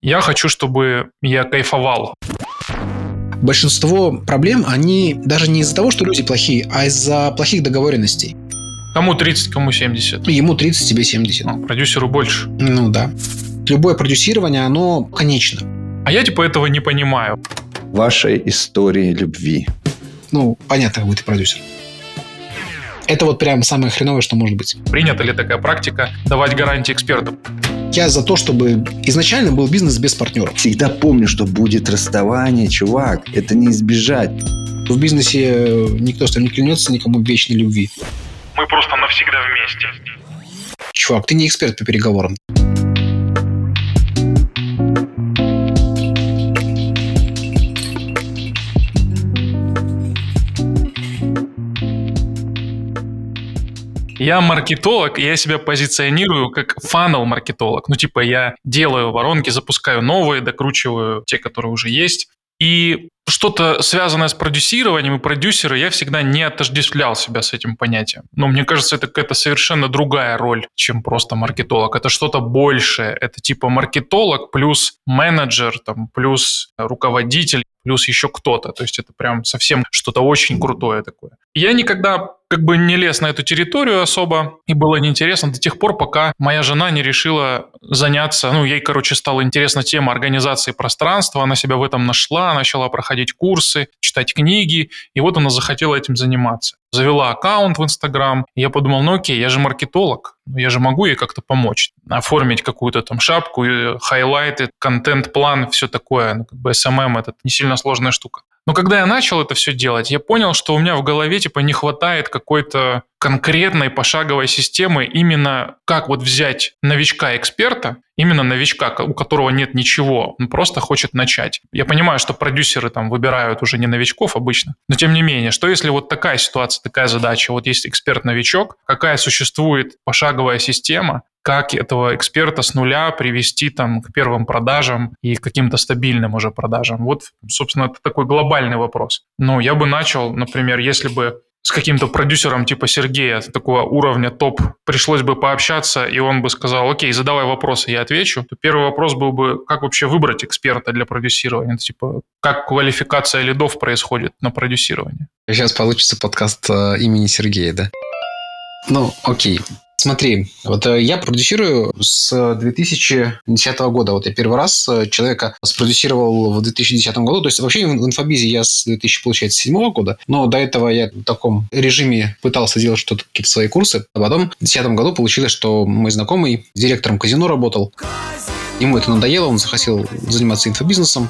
Я хочу, чтобы я кайфовал. Большинство проблем, они даже не из-за того, что люди плохие, а из-за плохих договоренностей. Кому 30, кому 70. Ему 30, тебе 70. Продюсеру больше. Ну да. Любое продюсирование, оно конечно. А я этого не понимаю. Вашей истории любви. Понятно, какой ты продюсер. Это вот прям самое хреновое, что может быть. Принята ли такая практика давать гарантии экспертам? Я за то, чтобы изначально был бизнес без партнеров. Всегда помни, что будет расставание, чувак. Это не избежать. В бизнесе никто с тобой не клянется никому вечной любви. Мы просто навсегда вместе. Чувак, ты не эксперт по переговорам. Я маркетолог, и я себя позиционирую как фаннел-маркетолог. Я делаю воронки, запускаю новые, докручиваю те, которые уже есть. И что-то связанное с продюсированием и продюсеры, я всегда не отождествлял себя с этим понятием. Но мне кажется, это какая-то совершенно другая роль, чем просто маркетолог. Это что-то большее. Это маркетолог плюс менеджер, плюс руководитель, плюс еще кто-то. То есть это прям совсем что-то очень крутое такое. Я никогда не лез на эту территорию особо, и было неинтересно до тех пор, пока моя жена не решила заняться, ей, стала интересна тема организации пространства, она себя в этом нашла, начала проходить курсы, читать книги, и вот она захотела этим заниматься. Завела аккаунт в Инстаграм, и я подумал, окей, я же маркетолог, я же могу ей как-то помочь, оформить какую-то шапку, хайлайты, контент-план, все такое, SMM – это не сильно сложная штука. Но когда я начал это все делать, я понял, что у меня в голове не хватает какой-то конкретной пошаговой системы именно как взять новичка-эксперта, именно новичка, у которого нет ничего, он просто хочет начать. Я понимаю, что продюсеры выбирают уже не новичков обычно, но тем не менее, что если такая ситуация, такая задача, есть эксперт-новичок, какая существует пошаговая система, как этого эксперта с нуля привести к первым продажам и к каким-то стабильным уже продажам. Собственно, это такой глобальный вопрос. Я бы начал, например, если бы с каким-то продюсером типа Сергея, такого уровня топ, пришлось бы пообщаться, и он бы сказал, окей, задавай вопросы, я отвечу. То первый вопрос был бы, как вообще выбрать эксперта для продюсирования? Как квалификация лидов происходит на продюсирование? Сейчас получится подкаст имени Сергея, да? Окей. Смотри, я продюсирую с 2010 года. Я первый раз человека спродюсировал в 2010 году. То есть вообще в инфобизе я с 2007 года. Но до этого я в таком режиме пытался делать что-то, какие-то свои курсы. А потом в 2010 году получилось, что мой знакомый с директором казино работал. Ему это надоело, он захотел заниматься инфобизнесом.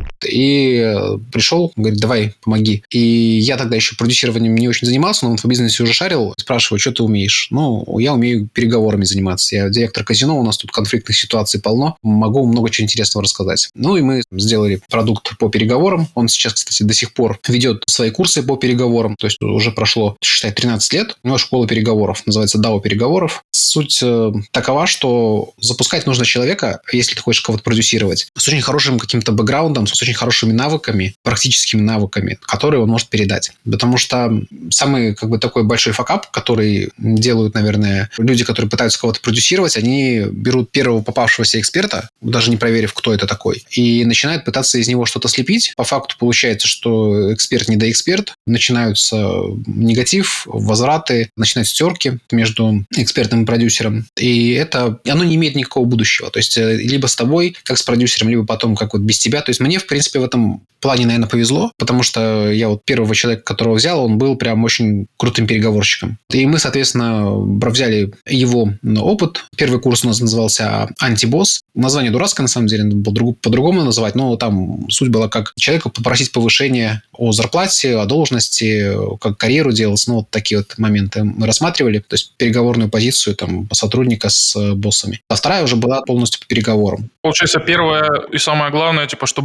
И пришел, говорит, давай, помоги. И я тогда еще продюсированием не очень занимался, но в инфобизнесе уже шарил. Спрашиваю, что ты умеешь? Я умею переговорами заниматься. Я директор казино, у нас тут конфликтных ситуаций полно. Могу много чего интересного рассказать. И мы сделали продукт по переговорам. Он сейчас, кстати, до сих пор ведет свои курсы по переговорам. То есть уже прошло, считай, 13 лет. У него школа переговоров. Называется DAO переговоров. Суть такова, что запускать нужно человека, если ты хочешь кого-то продюсировать, с очень хорошим каким-то бэкграундом, с очень хорошими навыками, практическими навыками, которые он может передать. Потому что самый такой большой факап, который делают, наверное, люди, которые пытаются кого-то продюсировать, они берут первого попавшегося эксперта, даже не проверив, кто это такой, и начинают пытаться из него что-то слепить. По факту получается, что эксперт не доэксперт, начинаются негатив, возвраты, начинаются терки между экспертом и продюсером. И оно не имеет никакого будущего. То есть либо с тобой, как с продюсером, либо потом как без тебя. То есть мне, в принципе, в этом плане, наверное, повезло, потому что я первого человека, которого взял, он был прям очень крутым переговорщиком. И мы, соответственно, взяли его опыт. Первый курс у нас назывался «Антибосс». Название дурацкое, на самом деле, надо было по-другому называть, но там суть была, как человеку попросить повышения о зарплате, о должности, как карьеру делать. Такие моменты мы рассматривали. То есть переговорную позицию сотрудника с боссами. А вторая уже была полностью по переговорам. Получается, первое и самое главное, чтобы эксперт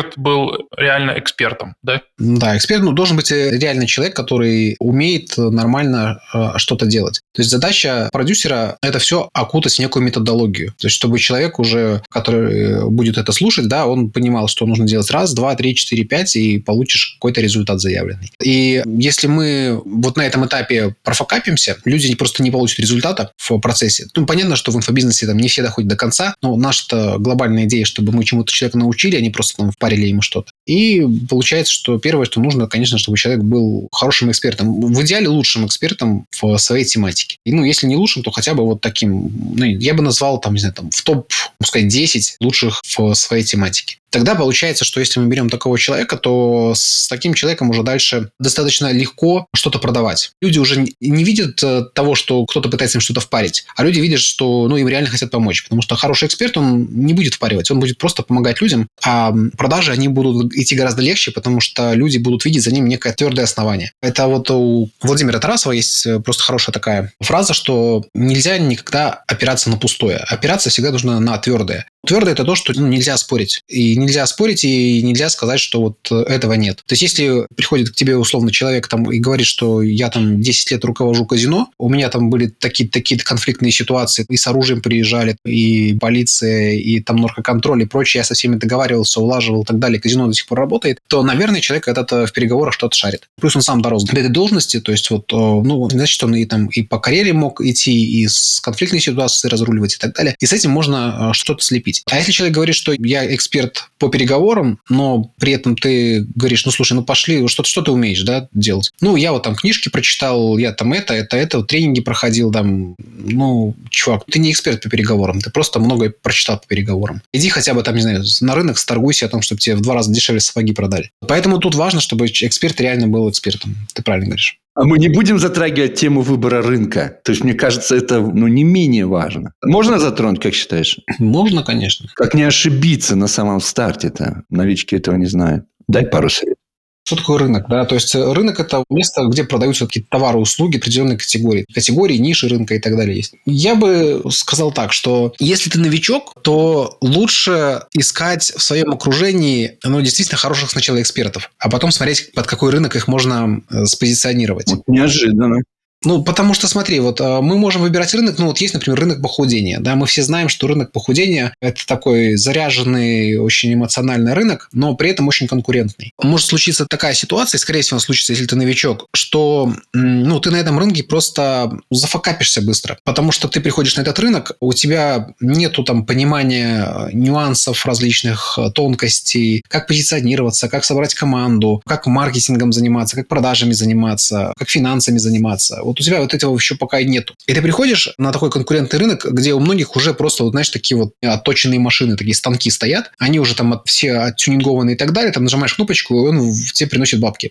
эксперт был реально экспертом, да? Да, эксперт должен быть реально человек, который умеет нормально что-то делать. То есть задача продюсера – это все окутать в некую методологию. То есть чтобы человек уже, который будет это слушать, да, он понимал, что нужно делать раз, два, три, четыре, пять, и получишь какой-то результат заявленный. И если мы вот на этом этапе профокапимся, люди просто не получат результата в процессе. Понятно, что в инфобизнесе там не все доходят до конца, но наша глобальная идея, чтобы мы чему-то человека научили, а не просто там впарили ему что-то. И получается, что первое, что нужно, конечно, чтобы человек был хорошим экспертом. В идеале лучшим экспертом в своей тематике. И, если не лучшим, то хотя бы вот таким, я бы назвал там, не знаю, там в топ, пускай 10 лучших в своей тематике. Тогда получается, что если мы берем такого человека, то с таким человеком уже дальше достаточно легко что-то продавать. Люди уже не видят того, что кто-то пытается им что-то впарить, а люди видят, что им реально хотят помочь. Потому что хороший эксперт, он не будет впаривать, он будет просто помогать людям, а продажи, они будут идти гораздо легче, потому что люди будут видеть за ним некое твердое основание. Это вот у Владимира Тарасова есть просто хорошая такая фраза, что нельзя никогда опираться на пустое. Опираться всегда нужно на твердое. Твердое – это то, что нельзя спорить. И нельзя спорить, и нельзя сказать, что вот этого нет. То есть, если приходит к тебе условно человек там, и говорит, что я там 10 лет руковожу казино, у меня там были такие-то конфликтные ситуации, и с оружием приезжали, и полиция, и там наркоконтроль, и прочее, я со всеми договаривался, улаживал и так далее, казино до сих пор работает, то, наверное, человек этот в переговорах что-то шарит. Плюс он сам дорос до этой должности, то есть, значит, он и по карьере мог идти, и с конфликтной ситуацией разруливать и так далее. И с этим можно что-то слепить. А если человек говорит, что я эксперт по переговорам, но при этом ты говоришь, слушай, пошли, что ты умеешь, да, делать? Я вот там книжки прочитал, я там это, тренинги проходил, там, чувак, ты не эксперт по переговорам, ты просто многое прочитал по переговорам. Иди хотя бы там, не знаю, на рынок, сторгуйся о том, чтобы тебе в 2 раза дешевле сапоги продали. Поэтому тут важно, чтобы эксперт реально был экспертом. Ты правильно говоришь. А мы не будем затрагивать тему выбора рынка. То есть, мне кажется, это не менее важно. Можно затронуть, как считаешь? Можно, конечно. Как не ошибиться на самом старте-то? Новички этого не знают. Дай пару советов. Что такое рынок? Да? То есть, рынок – это место, где продаются какие-то товары, услуги определенной категории. Категории, ниши рынка и так далее есть. Я бы сказал так, что если ты новичок, то лучше искать в своем окружении действительно хороших сначала экспертов, а потом смотреть, под какой рынок их можно спозиционировать. Вот неожиданно. Потому что, смотри, мы можем выбирать рынок, есть, например, рынок похудения. Да, мы все знаем, что рынок похудения – это такой заряженный, очень эмоциональный рынок, но при этом очень конкурентный. Может случиться такая ситуация, скорее всего, случится, если ты новичок, что ты на этом рынке просто зафакапишься быстро, потому что ты приходишь на этот рынок, у тебя нету там понимания нюансов различных, тонкостей, как позиционироваться, как собрать команду, как маркетингом заниматься, как продажами заниматься, как финансами заниматься. У тебя этого еще пока и нету. И ты приходишь на такой конкурентный рынок, где у многих уже просто, такие отточенные машины, такие станки стоят, они уже там все оттюнингованные и так далее, там нажимаешь кнопочку, и он тебе приносит бабки.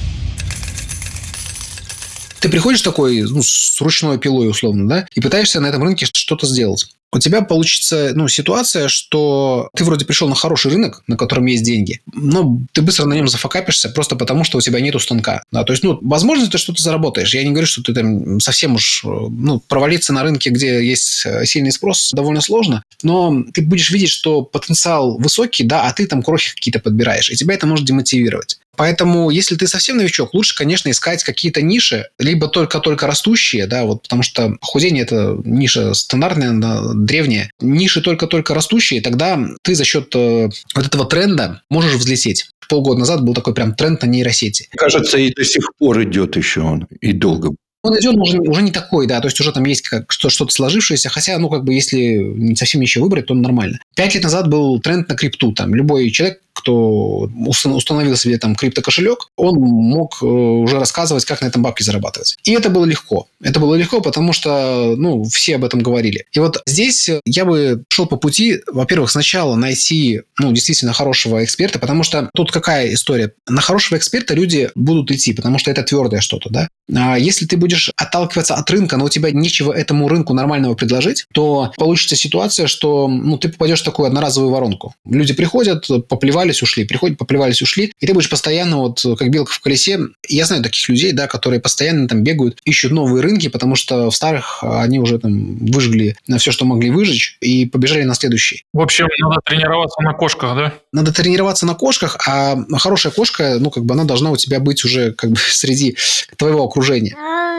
Ты приходишь такой, с ручной пилой условно, да, и пытаешься на этом рынке что-то сделать. У тебя получится ситуация, что ты вроде пришел на хороший рынок, на котором есть деньги, но ты быстро на нем зафакапишься просто потому, что у тебя нету станка. Да? То есть, возможно, ты что-то заработаешь. Я не говорю, что ты там совсем уж провалиться на рынке, где есть сильный спрос, довольно сложно, но ты будешь видеть, что потенциал высокий, да, а ты там крохи какие-то подбираешь, и тебя это может демотивировать. Поэтому, если ты совсем новичок, лучше, конечно, искать какие-то ниши, либо только растущие, да, потому что худение – это ниша стандартная, древняя. Ниши только растущие, тогда ты за счет этого тренда можешь взлететь. Полгода назад был такой прям тренд на нейросети. Кажется, и до сих пор идет еще он, и долго. Он идет уже не такой, да, то есть уже там есть что-то сложившееся, хотя, если совсем ничего выбрать, то нормально. 5 лет назад был тренд на крипту, там любой человек, кто установил себе там криптокошелек, он мог уже рассказывать, как на этом бабки зарабатывать. И это было легко. Это было легко, потому что, все об этом говорили. И здесь я бы шел по пути, во-первых, сначала найти, действительно хорошего эксперта, потому что тут какая история? На хорошего эксперта люди будут идти, потому что это твердое что-то, да? А если ты будешь отталкиваться от рынка, но у тебя нечего этому рынку нормального предложить, то получится ситуация, что ты попадешь в такую одноразовую воронку. Люди приходят, поплевали поплевались, ушли, приходят, поплевались, ушли, и ты будешь постоянно вот как белка в колесе. Я знаю таких людей, да, которые постоянно там бегают, ищут новые рынки, потому что в старых они уже там выжгли на все, что могли выжечь, и побежали на следующий. В общем, надо тренироваться на кошках, да? Надо тренироваться на кошках, а хорошая кошка, ну, как бы она должна у тебя быть уже как бы среди твоего окружения.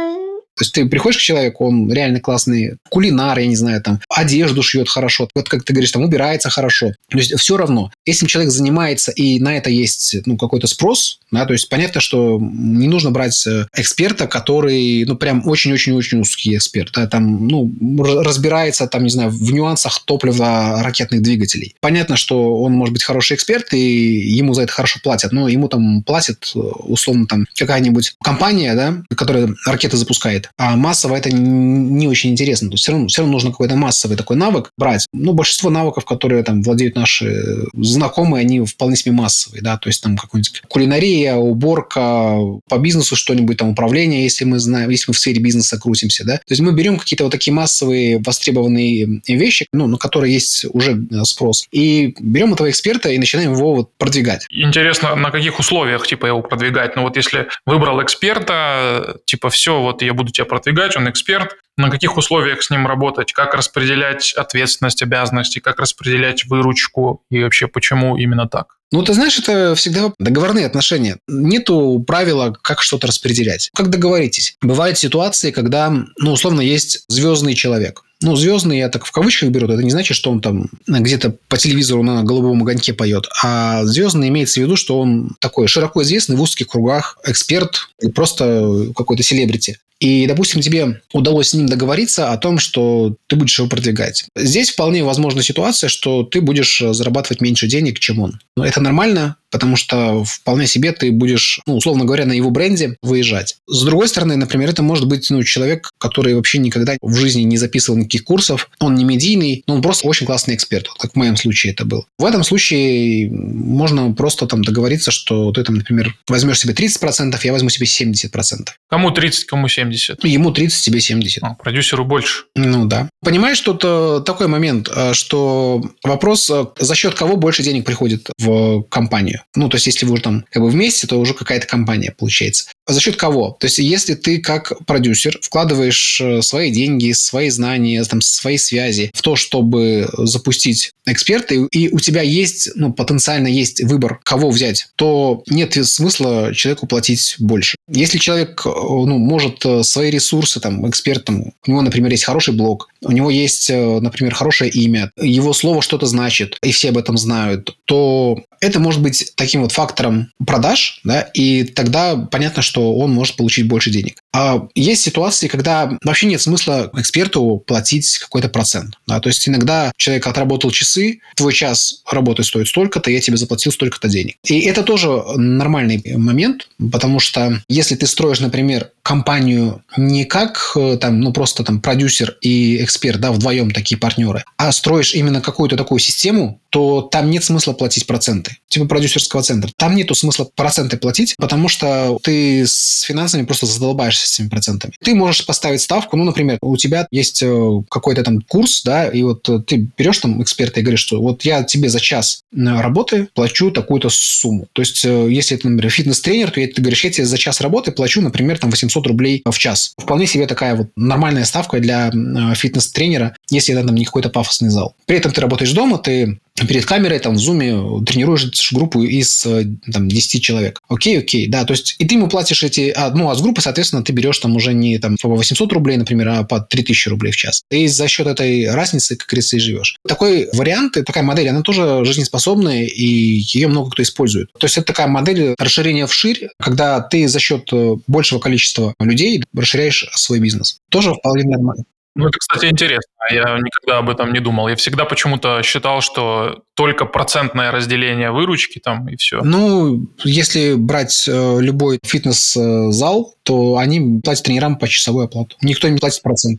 То есть ты приходишь к человеку, он реально классный кулинар, я не знаю, там, одежду шьет хорошо, вот как ты говоришь, там, убирается хорошо. То есть все равно, если человек занимается и на это есть, ну, какой-то спрос, да, то есть понятно, что не нужно брать эксперта, который, ну, прям очень-очень-очень узкий эксперт, да, там, ну, разбирается, там, не знаю, в нюансах топлива ракетных двигателей. Понятно, что он может быть хороший эксперт, и ему за это хорошо платят, но ему там платит, условно, там, какая-нибудь компания, да, которая ракеты запускает. А массово это не очень интересно. То есть все равно нужно какой-то массовый такой навык брать. Ну, большинство навыков, которые там владеют наши знакомые, они вполне себе массовые, да, то есть там какая-нибудь кулинария, уборка, по бизнесу что-нибудь, там управление, если мы знаем, если мы в сфере бизнеса крутимся, да. То есть мы берем какие-то вот такие массовые востребованные вещи, ну, на которые есть уже спрос, и берем этого эксперта и начинаем его вот продвигать. Интересно, на каких условиях, типа, его продвигать? Ну, вот если выбрал эксперта, типа, все, вот я буду тебя продвигать, он эксперт, на каких условиях с ним работать, как распределять ответственность, обязанности, как распределять выручку и вообще почему именно так? Ну, ты знаешь, это всегда договорные отношения. Нету правила, как что-то распределять. Как договоритесь? Бывают ситуации, когда, ну, условно, есть звездный человек. Ну, звездный, я так в кавычках беру, это не значит, что он там где-то по телевизору на голубом огоньке поет, а звездный имеется в виду, что он такой широко известный в узких кругах эксперт, просто какой-то селебрити. И, допустим, тебе удалось с ним договориться о том, что ты будешь его продвигать. Здесь вполне возможна ситуация, что ты будешь зарабатывать меньше денег, чем он. Но это нормально, потому что вполне себе ты будешь, ну, условно говоря, на его бренде выезжать. С другой стороны, например, это может быть, ну, человек, который вообще никогда в жизни не записывал никаких курсов, он не медийный, но он просто очень классный эксперт, как в моем случае это был. В этом случае можно просто там договориться, что ты там, например, возьмешь себе 30%, я возьму себе 70%. Кому 30, кому 70? Ему 30, тебе 70. Продюсеру больше. Ну да. Понимаешь, тут такой момент, что вопрос, за счет кого больше денег приходит в компанию. Ну, то есть, если вы уже там как бы вместе, то уже какая-то компания получается. За счет кого? То есть, если ты как продюсер вкладываешь свои деньги, свои знания, там, свои связи в то, чтобы запустить эксперта, и у тебя есть, ну, потенциально есть выбор, кого взять, то нет смысла человеку платить больше. Если человек, ну, может свои ресурсы, там, эксперт, там, у него, например, есть хороший блог, у него есть, например, хорошее имя, его слово что-то значит, и все об этом знают, то это может быть таким вот фактором продаж, да, и тогда понятно, что он может получить больше денег. А есть ситуации, когда вообще нет смысла эксперту платить какой-то процент. Да? То есть иногда человек отработал часы, твой час работы стоит столько-то, я тебе заплатил столько-то денег. И это тоже нормальный момент, потому что если ты строишь, например, компанию не как там, ну, просто там продюсер и эксперт, да, вдвоем такие партнеры, а строишь именно какую-то такую систему, то там нет смысла платить проценты. Типа продюсерского центра. Там нету смысла проценты платить, потому что ты с финансами просто задолбаешься с этими процентами. Ты можешь поставить ставку, ну, например, у тебя есть какой-то там курс, да, и вот ты берешь там эксперта и говоришь, что вот я тебе за час работы плачу такую-то сумму. То есть, если это, например, фитнес-тренер, то ты говоришь, я тебе за час работы плачу, например, там 800 рублей в час. Вполне себе такая вот нормальная ставка для фитнес-тренера, если это там не какой-то пафосный зал. При этом ты работаешь дома, ты перед камерой, там, в зуме тренируешь группу из там, 10 человек. Окей, да, то есть и ты ему платишь эти, ну, а с группы, соответственно, ты берешь там уже не там по 800 рублей, например, а по 3000 рублей в час. И за счет этой разницы, как говорится, и живешь. Такой вариант, такая модель, она тоже жизнеспособная, и ее много кто использует. То есть это такая модель расширения вширь, когда ты за счет большего количества людей расширяешь свой бизнес. Тоже вполне нормально. Ну, это, кстати, интересно. Я никогда об этом не думал. Я всегда почему-то считал, что только процентное разделение выручки там и все. Ну, если брать любой фитнес-зал, то они платят тренерам по часовую оплату. Никто не платит проценты.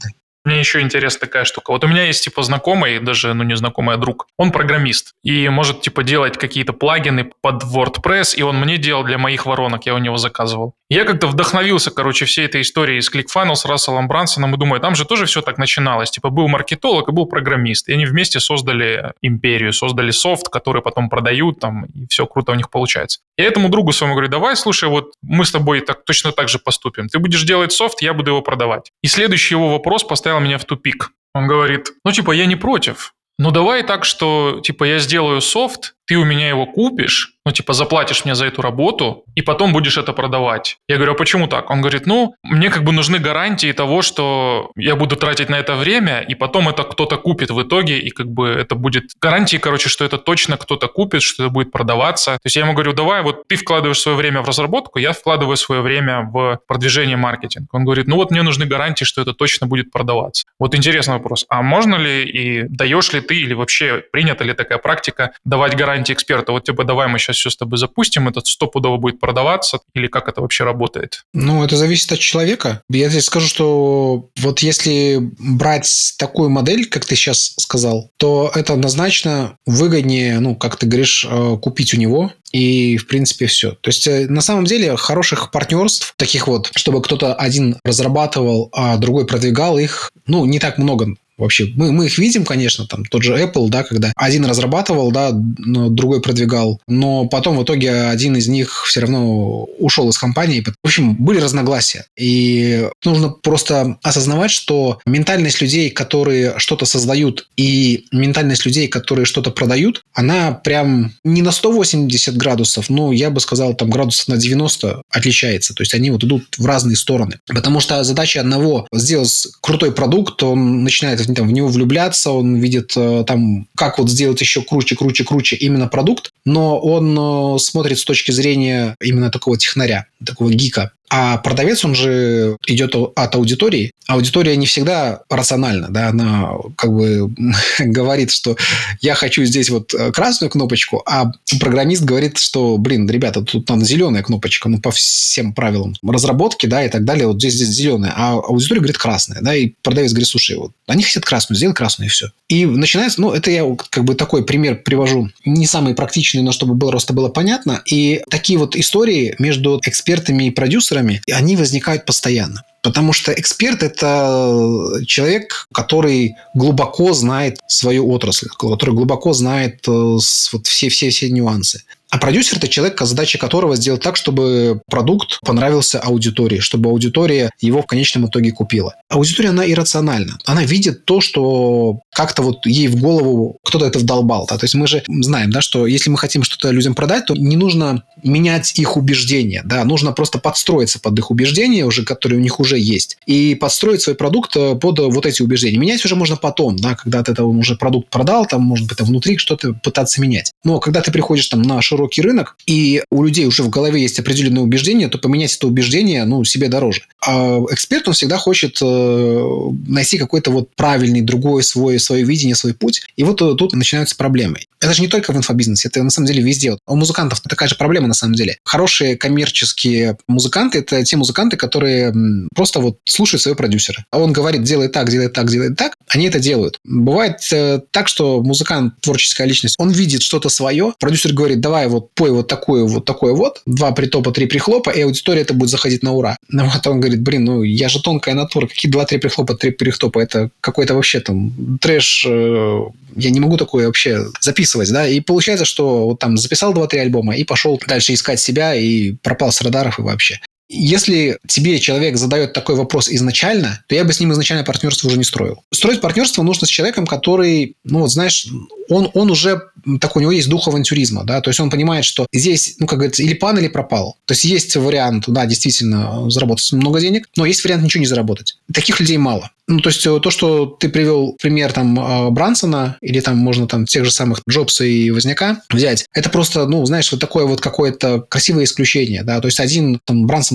Мне еще интересна такая штука. Вот у меня есть, типа, знакомый, даже, не знакомый, а друг. Он программист и может, типа, делать какие-то плагины под WordPress, и он мне делал для моих воронок, я у него заказывал. Я как-то вдохновился, всей этой историей с ClickFunnels, с Расселом Брансоном, и думаю, там же тоже все так начиналось. Типа, был маркетолог и был программист, и они вместе создали империю, создали софт, который потом продают, там, и все круто у них получается. Я этому другу своему говорю, давай, слушай, вот мы с тобой точно так же поступим. Ты будешь делать софт, я буду его продавать. И следующий его вопрос поставил меня в тупик. Он говорит, я не против. Давай так, что, я сделаю софт, ты у меня его купишь, заплатишь мне за эту работу, и потом будешь это продавать. Я говорю, а почему так? Он говорит, мне нужны гарантии того, что я буду тратить на это время, и потом это кто-то купит в итоге, и это будет гарантии, что это точно кто-то купит, что это будет продаваться. То есть я ему говорю, давай, вот ты вкладываешь свое время в разработку, я вкладываю свое время в продвижение, маркетинг. Он говорит, мне нужны гарантии, что это точно будет продаваться. Вот интересный вопрос. А можно ли и даешь ли ты, или вообще принята ли такая практика давать гарантии эксперта? Вот давай мы сейчас все с тобой запустим, этот стопудово будет продаваться, или как это вообще работает? Это зависит от человека. Я здесь скажу, что вот если брать такую модель, как ты сейчас сказал, то это однозначно выгоднее, как ты говоришь, купить у него. И, в принципе, все. То есть, на самом деле, хороших партнерств, таких вот, чтобы кто-то один разрабатывал, а другой продвигал их, не так много. Вообще, мы их видим, конечно, там тот же Apple, да, когда один разрабатывал, да, но другой продвигал, но потом в итоге один из них все равно ушел из компании. В общем, были разногласия. И нужно просто осознавать, что ментальность людей, которые что-то создают, и ментальность людей, которые что-то продают, она прям не на 180 градусов, но я бы сказал, там градусов на 90 отличается. То есть, они вот идут в разные стороны. Потому что задача одного сделать крутой продукт, он начинает в него влюбляться, он видит там, как вот сделать еще круче именно продукт, но он смотрит с точки зрения именно такого технаря, такого гика. А продавец, он же идет от аудитории. Аудитория не всегда рациональна, да, она говорит, что я хочу здесь вот красную кнопочку, а программист говорит, что, ребята, тут надо зеленая кнопочка, по всем правилам разработки, да, и так далее, вот здесь зеленая, а аудитория говорит красная, да, и продавец говорит, слушай, вот они хотят красную, сделай красную, и все. И начинается, это я такой пример привожу, не самый практичный, но чтобы просто было понятно, и такие вот истории между экспертами и продюсерами, они возникают постоянно. Потому что эксперт – это человек, который глубоко знает свою отрасль, который глубоко знает все нюансы. А продюсер – это человек, задача которого сделать так, чтобы продукт понравился аудитории, чтобы аудитория его в конечном итоге купила. Аудитория, она иррациональна. Она видит то, что как-то вот ей в голову кто-то это вдолбал. Да? То есть мы же знаем, да, что если мы хотим что-то людям продать, то не нужно менять их убеждения. Да? Нужно просто подстроиться под их убеждения, которые у них уже есть, и подстроить свой продукт под вот эти убеждения. Менять уже можно потом, да? Когда ты уже продукт продал, там, может быть, внутри что-то пытаться менять. Но когда ты приходишь на широкий рынок, и у людей уже в голове есть определенные убеждения, то поменять это убеждение, себе дороже. А эксперт, он всегда хочет найти какой-то правильный, другой свое видение, свой путь. И вот тут начинаются проблемы. Это же не только в инфобизнесе, это на самом деле везде. У музыкантов такая же проблема на самом деле. Хорошие коммерческие музыканты – это те музыканты, которые просто слушают своего продюсера. А он говорит, делай так, делай так, делай так. Они это делают. Бывает так, что музыкант, творческая личность, он видит что-то свое, продюсер говорит, давай пой вот такое, 2 притопа, 3 прихлопа, и аудитория это будет заходить на ура. А он говорит, я же тонкая натура, какие 2-3 прихлопа, 3 прихлопа, это какой-то вообще там трэш, я не могу такое вообще записывать, да, и получается, что записал 2-3 альбома и пошел дальше искать себя и пропал с радаров и вообще. Если тебе человек задает такой вопрос изначально, то я бы с ним изначально партнерство уже не строил. Строить партнерство нужно с человеком, который, он уже у него есть дух авантюризма, да, то есть он понимает, что здесь, как говорится, или пан, или пропал. То есть есть вариант, да, действительно заработать много денег, но есть вариант ничего не заработать. Таких людей мало. То есть то, что ты привел пример Брансона или можно тех же самых Джобса и Возняка взять, это просто, такое какое-то красивое исключение, да, то есть один Брансон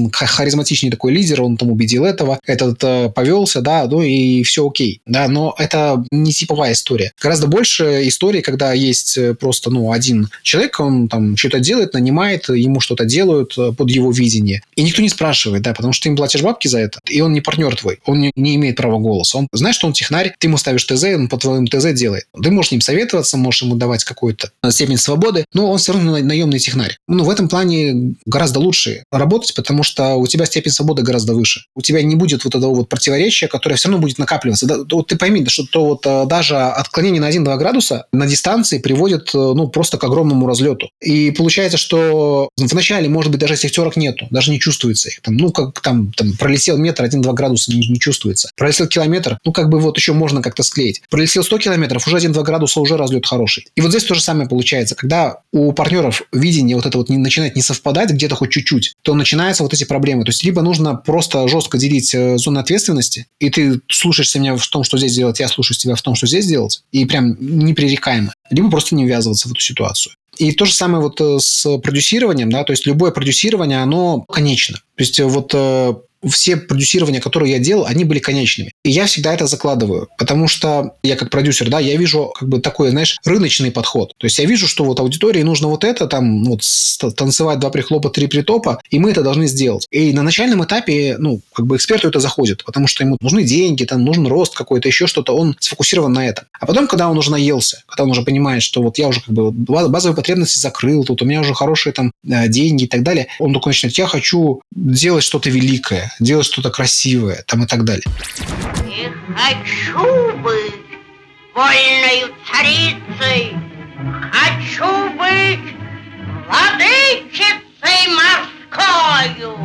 он харизматичный такой лидер, он там убедил этого, этот повелся, да, ну и все окей, да, но это не типовая история. Гораздо больше истории, когда есть просто, один человек, он там что-то делает, нанимает, ему что-то делают под его видение, и никто не спрашивает, да, потому что ты им платишь бабки за это, и он не партнер твой, он не имеет права голоса, он знает, что он технарь, ты ему ставишь ТЗ, он по твоему ТЗ делает. Ты можешь с ним советоваться, можешь ему давать какую-то степень свободы, но он все равно наемный технарь. В этом плане гораздо лучше работать, потому что у тебя степень свободы гораздо выше. У тебя не будет вот этого вот противоречия, которое все равно будет накапливаться. Да, ты пойми, что даже отклонение на 1-2 градуса на дистанции приводит просто к огромному разлету. И получается, что вначале, может быть, даже этих терок нету, даже не чувствуется их. Там пролетел метр, 1-2 градуса не чувствуется. Пролетел километр, еще можно как-то склеить. Пролетел 100 километров, уже 1-2 градуса, уже разлет хороший. И вот здесь то же самое получается. Когда у партнеров видение вот это вот начинает не совпадать где-то хоть чуть-чуть, то начинаются вот эти проблемы. То есть, либо нужно просто жестко делить зоны ответственности, и ты слушаешься меня в том, что здесь делать, я слушаюсь тебя в том, что здесь делать, и прям непререкаемо. Либо просто не ввязываться в эту ситуацию. И то же самое вот с продюсированием, да, то есть любое продюсирование, оно конечно. То есть все продюсирования, которые я делал, они были конечными. И я всегда это закладываю, потому что я как продюсер, да, я вижу такой, рыночный подход. То есть я вижу, что вот аудитории нужно вот это, танцевать 2 прихлопа, 3 притопа, и мы это должны сделать. И на начальном этапе, эксперту это заходит, потому что ему нужны деньги, там нужен рост какой-то, еще что-то, он сфокусирован на этом. А потом, когда он уже наелся, когда он уже понимает, что вот я уже базовые потребности закрыл, тут у меня уже хорошие там деньги и так далее, он только начинает, я хочу делать что-то великое, делать что-то красивое, там и так далее. И хочу быть вольною царицей, хочу быть владычицей морскою.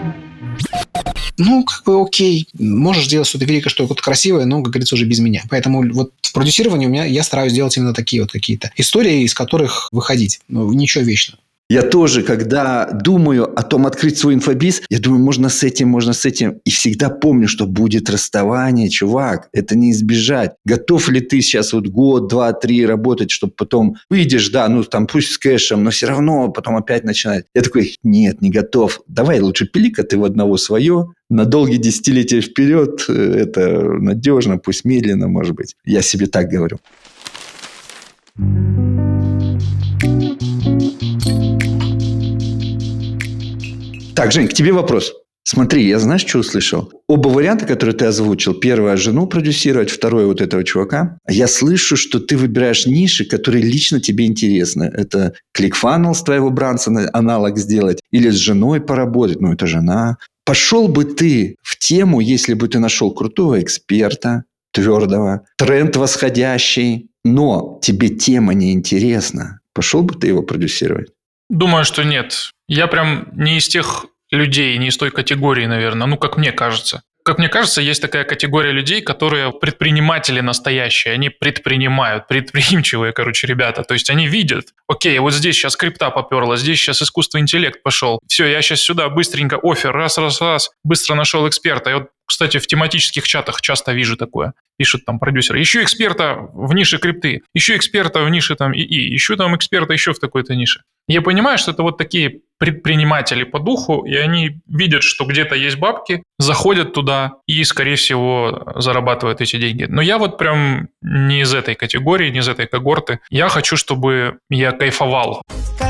Окей, можешь делать что-то великое, что-то красивое, но, как говорится, уже без меня. Поэтому вот в продюсировании я стараюсь делать именно такие вот какие-то истории, из которых выходить. Ничего вечного. Я тоже, когда думаю о том, открыть свой инфобиз, я думаю, можно с этим. И всегда помню, что будет расставание, чувак. Это не избежать. Готов ли ты сейчас год, 2, 3 работать, чтобы потом выйдешь, да, пусть с кэшем, но все равно потом опять начинать. Я такой, нет, не готов. Давай лучше пили-ка ты в одного свое. На долгие десятилетия вперед это надежно, пусть медленно, может быть. Я себе так говорю. Так, Жень, к тебе вопрос. Смотри, я знаешь, что услышал? Оба варианта, которые ты озвучил. Первый – жену продюсировать, второй – вот этого чувака. Я слышу, что ты выбираешь ниши, которые лично тебе интересны. Это ClickFunnels с твоего Брансона аналог сделать или с женой поработать. Это жена. Пошел бы ты в тему, если бы ты нашел крутого эксперта, твердого, тренд восходящий, но тебе тема не интересна. Пошел бы ты его продюсировать? Думаю, что нет. Я прям не из тех людей, не из той категории, наверное, как мне кажется. Как мне кажется, есть такая категория людей, которые предприниматели настоящие, они предпринимают, предприимчивые, ребята. То есть они видят, окей, вот здесь сейчас крипта поперла, здесь сейчас искусственный интеллект пошел. Все, я сейчас сюда быстренько оффер, раз, быстро нашел эксперта. И кстати, в тематических чатах часто вижу такое. Пишут там продюсеры. Ищу эксперта в нише крипты, ищу эксперта в нише ИИ, ищу там эксперта еще в такой-то нише. Я понимаю, что это вот такие предприниматели по духу, и они видят, что где-то есть бабки, заходят туда и, скорее всего, зарабатывают эти деньги. Но я вот прям не из этой категории, не из этой когорты. Я хочу, чтобы я кайфовал.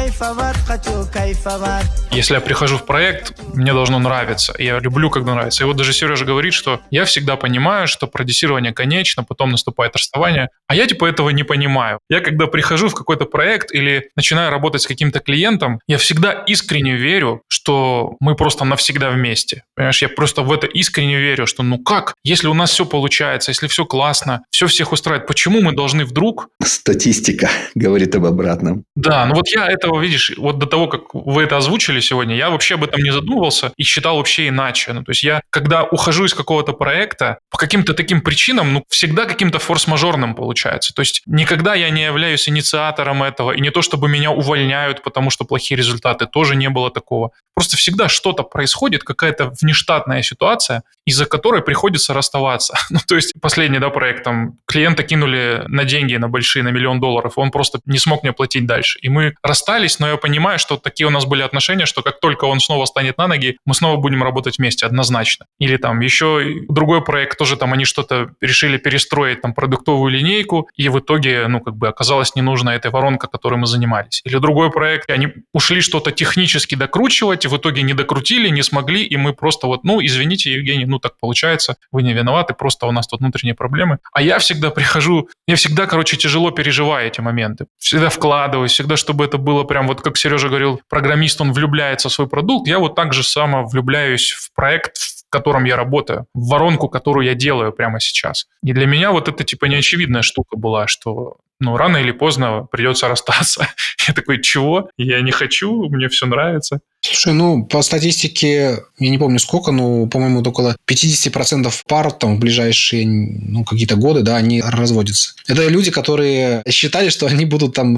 Хочу кайфовать. Если я прихожу в проект, мне должно нравиться. Я люблю, когда нравится. И вот даже Сережа говорит, что я всегда понимаю, что продюсирование конечно, потом наступает расставание. А я этого не понимаю. Я когда прихожу в какой-то проект или начинаю работать с каким-то клиентом, я всегда искренне верю, что мы просто навсегда вместе. Понимаешь, я просто в это искренне верю, что как, если у нас все получается, если все классно, все всех устраивает, почему мы должны вдруг... Статистика говорит об обратном. Да, я этого, видишь, вот до того, как вы это озвучили сегодня, я вообще об этом не задумывался и считал вообще иначе. То есть я, когда ухожу из какого-то проекта, по каким-то таким причинам, всегда каким-то форс-мажорным получается. То есть никогда я не являюсь инициатором этого, и не то, чтобы меня увольняют, потому что плохие результаты, тоже не было такого. Просто всегда что-то происходит, какая-то внештатная ситуация, из-за которой приходится расставаться. То есть последний, проект, клиента кинули на деньги, на большие, на $1 миллион, он просто не смог мне платить дальше. И мы расстались, расстались, но я понимаю, что такие у нас были отношения, что как только он снова станет на ноги, мы снова будем работать вместе, однозначно. Или там еще другой проект, тоже там они что-то решили перестроить, там, продуктовую линейку, и в итоге, оказалась не нужна эта воронка, которой мы занимались. Или другой проект, они ушли что-то технически докручивать, и в итоге не докрутили, не смогли, и мы просто извините, Евгений, так получается, вы не виноваты, просто у нас тут внутренние проблемы. А я всегда прихожу, тяжело переживаю эти моменты. Всегда вкладываюсь, всегда, чтобы это было прям как Сережа говорил, программист, он влюбляется в свой продукт, я так же само влюбляюсь в проект, в котором я работаю, в воронку, которую я делаю прямо сейчас. И для меня это неочевидная штука была, что рано или поздно придется расстаться. Я такой, чего? Я не хочу, мне все нравится. Слушай, по статистике, я не помню сколько, но, по-моему, около 50% пар там в ближайшие какие-то годы, да, они разводятся. Это люди, которые считали, что они будут там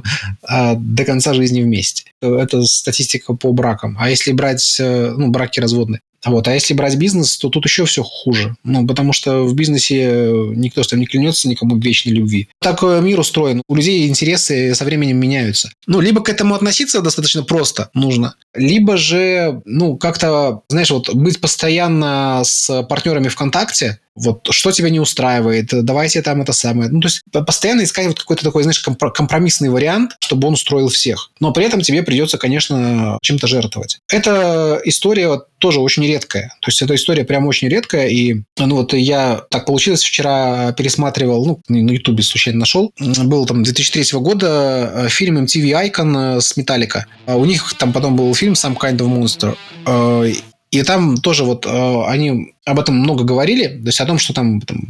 до конца жизни вместе. Это статистика по бракам. А если брать браки разводные, а если брать бизнес, то тут еще все хуже. Потому что в бизнесе никто там не клянется никому вечной любви. Так мир устроен. У людей интересы со временем меняются. Либо к этому относиться достаточно просто нужно, либо же, как-то, знаешь, быть постоянно с партнерами ВКонтакте, что тебя не устраивает, давайте там это самое. То есть постоянно искать какой-то такой, знаешь, компромиссный вариант, чтобы он устроил всех. Но при этом тебе придется, конечно, чем-то жертвовать. Эта история тоже очень редкая. То есть эта история прям очень редкая. И я так получилось, вчера пересматривал, на Ютубе случайно нашел. Был там 2003 года фильм MTV Icon с Metallica. У них там потом был фильм Some Kind of Monster. И там тоже они об этом много говорили, то есть о том, что там в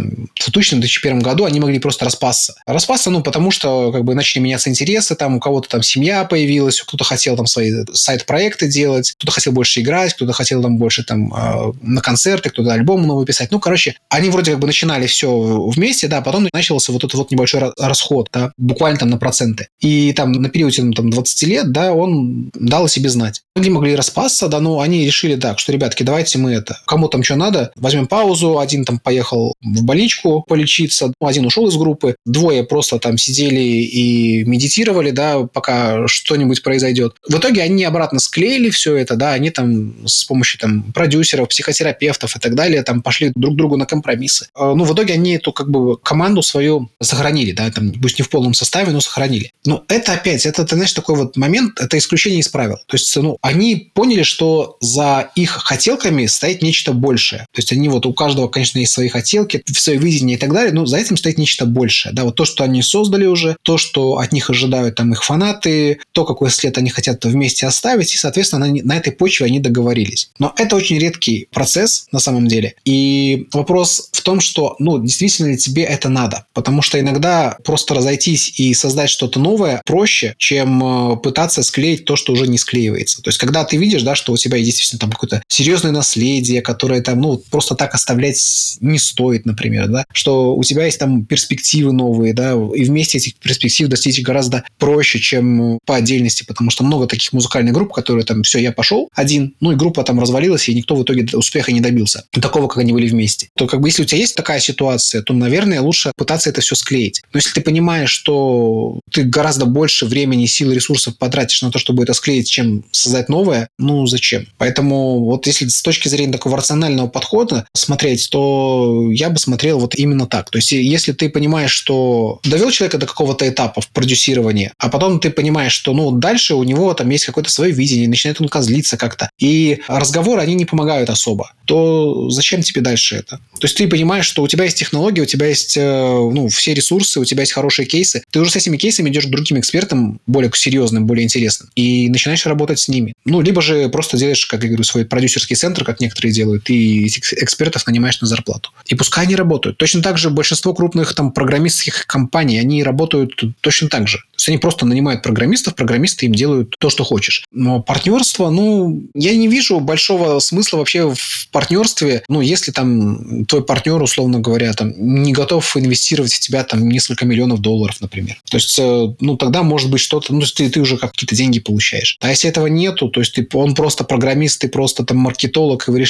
2000-2001 году они могли просто распасться. Распасться, потому что начали меняться интересы, там у кого-то там семья появилась, кто-то хотел там свои сайт-проекты делать, кто-то хотел больше играть, кто-то хотел там больше там на концерты, кто-то альбом новый писать. Они вроде начинали все вместе, да, потом начался этот небольшой расход, да, буквально там на проценты. И там на периоде 20 лет, да, он дал о себе знать. Они могли распасться, да, но они решили так, что, ребятки, давайте мы кому там что надо, возьмем паузу, один там поехал в больничку полечиться, один ушел из группы, двое просто там сидели и медитировали, да, пока что-нибудь произойдет. В итоге они обратно склеили все это, да, они там с помощью там продюсеров, психотерапевтов и так далее там пошли друг другу на компромиссы. В итоге они эту команду свою сохранили, да, там, пусть не в полном составе, но сохранили. Но это опять, это, ты знаешь, такой момент, это исключение из правил. То есть, они поняли, что за их хотелками стоит нечто большее. То есть они у каждого, конечно, есть свои хотелки, свои видения и так далее, но за этим стоит нечто большее. Да, то, что они создали уже, то, что от них ожидают там их фанаты, то, какой след они хотят вместе оставить, и, соответственно, на этой почве они договорились. Но это очень редкий процесс на самом деле. И вопрос в том, что, действительно ли тебе это надо? Потому что иногда просто разойтись и создать что-то новое проще, чем пытаться склеить то, что уже не склеивается. То есть, когда ты видишь, да, что у тебя есть действительно там какое-то серьезное наследие, которое там, просто так оставлять не стоит, например, да, что у тебя есть там перспективы новые, да, и вместе этих перспектив достичь гораздо проще, чем по отдельности, потому что много таких музыкальных групп, которые там, все, я пошел один, и группа там развалилась, и никто в итоге успеха не добился. Такого, как они были вместе. То если у тебя есть такая ситуация, то, наверное, лучше пытаться это все склеить. Но если ты понимаешь, что ты гораздо больше времени, сил и ресурсов потратишь на то, чтобы это склеить, чем создать новое, зачем? Поэтому если с точки зрения такого рационального подхода смотреть, то я бы смотрел именно так. То есть, если ты понимаешь, что довел человека до какого-то этапа в продюсировании, а потом ты понимаешь, что дальше у него там есть какое-то свое видение, начинает он козлиться как-то, и разговоры, они не помогают особо, то зачем тебе дальше это? То есть, ты понимаешь, что у тебя есть технологии, у тебя есть все ресурсы, у тебя есть хорошие кейсы, ты уже с этими кейсами идешь к другим экспертам, более серьезным, более интересным, и начинаешь работать с ними. Либо же просто делаешь, как я говорю, свой продюсерский центр, как некоторые делают, и этих экспертов нанимаешь на зарплату. И пускай они работают. Точно так же большинство крупных там программистских компаний, они работают точно так же. То есть, они просто нанимают программистов, программисты им делают то, что хочешь. Но партнерство, я не вижу большого смысла вообще в партнерстве, если там твой партнер, условно говоря, там не готов инвестировать в тебя там несколько миллионов долларов, например. То есть, тогда может быть что-то, ты уже какие-то деньги получаешь. А если этого нету, то есть он просто программист, ты просто там маркетолог, и вы решили что-то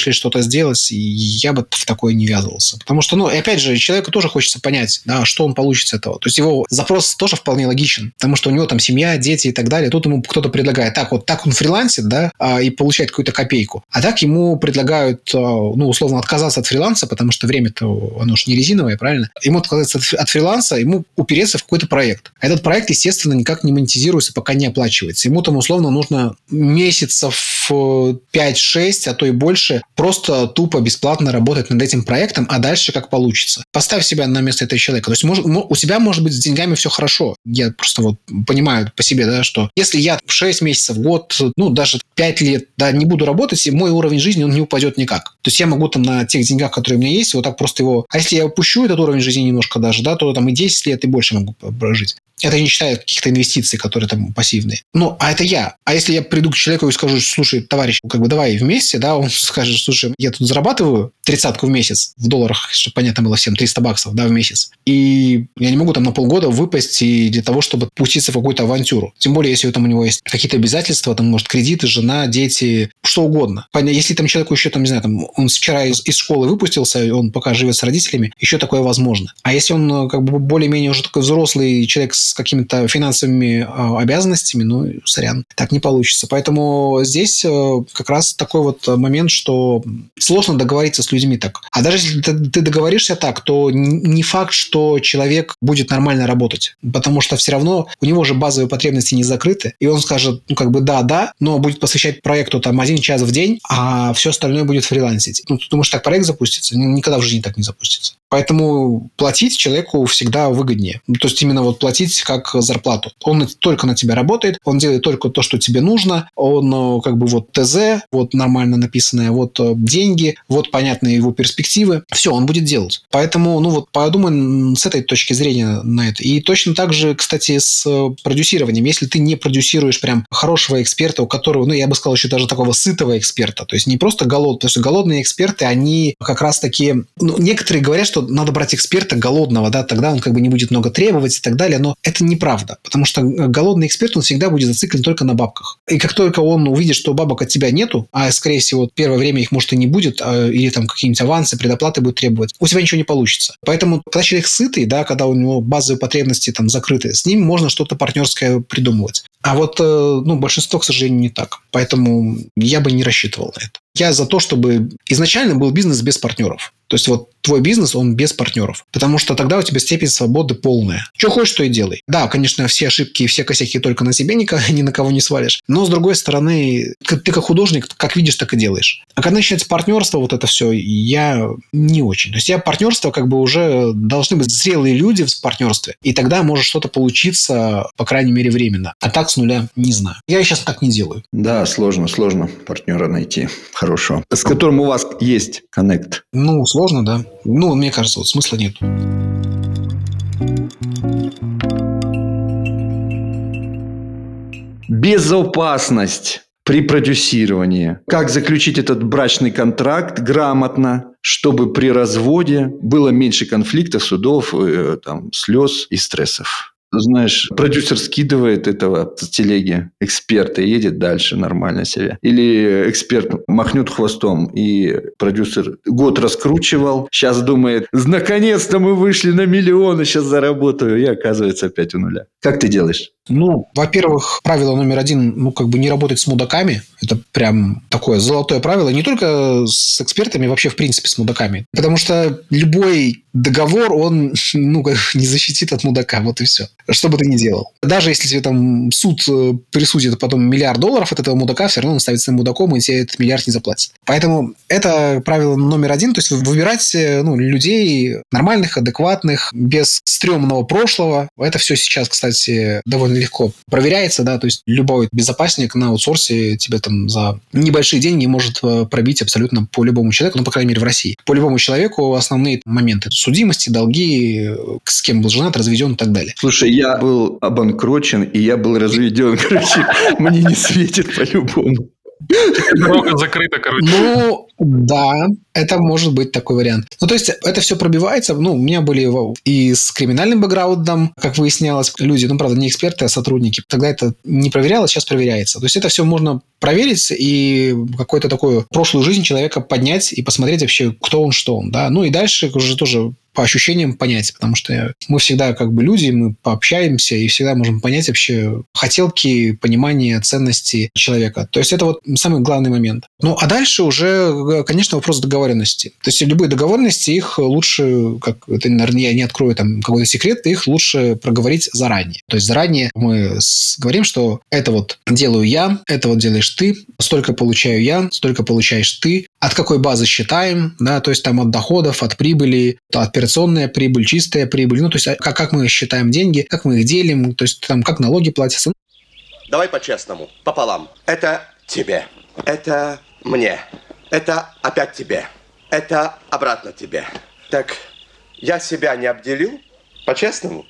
сделать, и я бы в такое не ввязывался. Потому что, опять же, человеку тоже хочется понять, да, что он получит с этого. То есть его запрос тоже вполне логичен, потому что у него там семья, дети и так далее. Тут ему кто-то предлагает, так он фрилансит, да, и получает какую-то копейку. А так ему предлагают, условно, отказаться от фриланса, потому что время-то, оно же не резиновое, правильно? Ему отказаться от фриланса, ему упереться в какой-то проект. Этот проект, естественно, никак не монетизируется, пока не оплачивается. Ему там, условно, нужно месяцев 5-6, а то и больше, просто тупо бесплатно работать над этим проектом, а дальше как получится. Поставь себя на место этого человека. То есть у тебя может быть с деньгами все хорошо. Я просто понимаю по себе, да, что если я 6 месяцев, год, даже 5 лет, да, не буду работать, и мой уровень жизни, он не упадет никак. То есть я могу там на тех деньгах, которые у меня есть, вот так просто его... А если я упущу этот уровень жизни немножко даже, да, то там и 10 лет, и больше могу прожить. Это не считая каких-то инвестиций, которые там пассивные. А это я. А если я приду к человеку и скажу, слушай, товарищ, давай вместе, да, он скажет, слушай, я тут зарабатываю 30-ку в месяц, в долларах, чтобы понятно было всем, $300, да, в месяц. И я не могу там на полгода выпасть и для того, чтобы пуститься в какую-то авантюру. Тем более, если там у него есть какие-то обязательства, там, может, кредиты, жена, дети, что угодно. Если там человеку еще, там, не знаю, там, он вчера из школы выпустился, и он пока живет с родителями, еще такое возможно. А если он более-менее уже такой взрослый человек с какими-то финансовыми обязанностями, сорян, так не получится. Поэтому здесь как раз такой момент, что сложно договориться с людьми так. А даже если ты договоришься так, то не факт, что человек будет нормально работать. Потому что все равно у него же базовые потребности не закрыты. И он скажет, да, но будет посвящать проекту там 1 час в день, а все остальное будет фрилансить. Ты думаешь, так проект запустится? Никогда в жизни так не запустится. Поэтому платить человеку всегда выгоднее. То есть именно платить как зарплату. Он только на тебя работает, он делает только то, что тебе нужно, он ТЗ, нормально написанное, деньги, понятные его перспективы. Все, он будет делать. Поэтому, подумай с этой точки зрения на это. И точно так же, кстати, с продюсированием. Если ты не продюсируешь прям хорошего эксперта, у которого, я бы сказал, еще даже такого сытого эксперта, то есть не просто голодный, потому что голодные эксперты, они как раз такие, некоторые говорят, что надо брать эксперта голодного, да, тогда он не будет много требовать и так далее, но это неправда, потому что голодный эксперт, он всегда будет зациклен только на бабках. И как только он увидит, что бабок от тебя нету, а, скорее всего, первое время их, может, и не будет, или там какие-нибудь авансы, предоплаты будут требовать, у тебя ничего не получится. Поэтому, когда человек сытый, да, когда у него базовые потребности там закрыты, с ним можно что-то партнерское придумывать. А большинство, к сожалению, не так. Поэтому я бы не рассчитывал на это. Я за то, чтобы изначально был бизнес без партнеров. То есть твой бизнес, он без партнеров. Потому что тогда у тебя степень свободы полная. Что хочешь, то и делай. Да, конечно, все ошибки и все косяки только на себе ни на кого не свалишь. Но, с другой стороны, ты как художник, как видишь, так и делаешь. А когда начинается партнерство, это все, я не очень. То есть партнерство уже должны быть зрелые люди в партнерстве. И тогда может что-то получиться, по крайней мере, временно. А так с нуля не знаю. Я сейчас так не делаю. Да, сложно партнера найти хорошего. С которым у вас есть коннект. Сложно, да. Мне кажется, смысла нет. Безопасность при продюсировании. Как заключить этот брачный контракт грамотно, чтобы при разводе было меньше конфликтов, судов, слез и стрессов. Знаешь, продюсер скидывает этого с телеги эксперта и едет дальше нормально себе. Или эксперт махнет хвостом, и продюсер год раскручивал, сейчас думает, наконец-то мы вышли на миллионы, сейчас заработаю, и оказывается опять у нуля. Как ты делаешь? Во-первых, правило номер 1, не работать с мудаками. Это прям такое золотое правило. Не только с экспертами, вообще в принципе с мудаками. Потому что любой договор, он не защитит от мудака. Вот и все. Что бы ты ни делал. Даже если тебе там суд присудит потом $1 миллиард от этого мудака, все равно он останется мудаком, и тебе этот миллиард не заплатит. Поэтому это правило номер 1. То есть выбирать людей нормальных, адекватных, без стрёмного прошлого. Это все сейчас, кстати, довольно легко проверяется, да, то есть любой безопасник на аутсорсе тебе там за небольшие деньги может пробить абсолютно по любому человеку, по крайней мере в России. По любому человеку основные моменты судимости, долги, с кем был женат, разведен и так далее. Слушай, я был обанкрочен, и я был разведен, мне не светит по-любому. Дорога закрыта, короче. Ну, да, это может быть такой вариант. Ну, то есть, это все пробивается. Ну, у меня были и с криминальным бэкграундом, как выяснялось, люди, ну, правда, не эксперты, а сотрудники. Тогда это не проверялось, сейчас проверяется. То есть, это все можно проверить и какую-то такую прошлую жизнь человека поднять и посмотреть вообще, кто он, что он, да. Ну, и дальше уже тоже по ощущениям понять, потому что мы всегда как бы люди, мы пообщаемся и всегда можем понять вообще хотелки, понимание, ценности человека. То есть это вот самый главный момент. Ну, а дальше уже, конечно, вопрос договоренности. То есть любые договоренности, их лучше, как это, наверное, я не открою там какой-то секрет, их лучше проговорить заранее. То есть заранее мы говорим, что это вот делаю я, это вот делаешь ты, столько получаю я, столько получаешь ты, от какой базы считаем, да, то есть там от доходов, от прибыли, от операционная прибыль, чистая прибыль, ну, то есть как мы считаем деньги, как мы их делим, то есть там как налоги платятся. Давай по-честному, пополам. Это тебе, это мне, это опять тебе, это обратно тебе. Так, я себя не обделил? По-честному?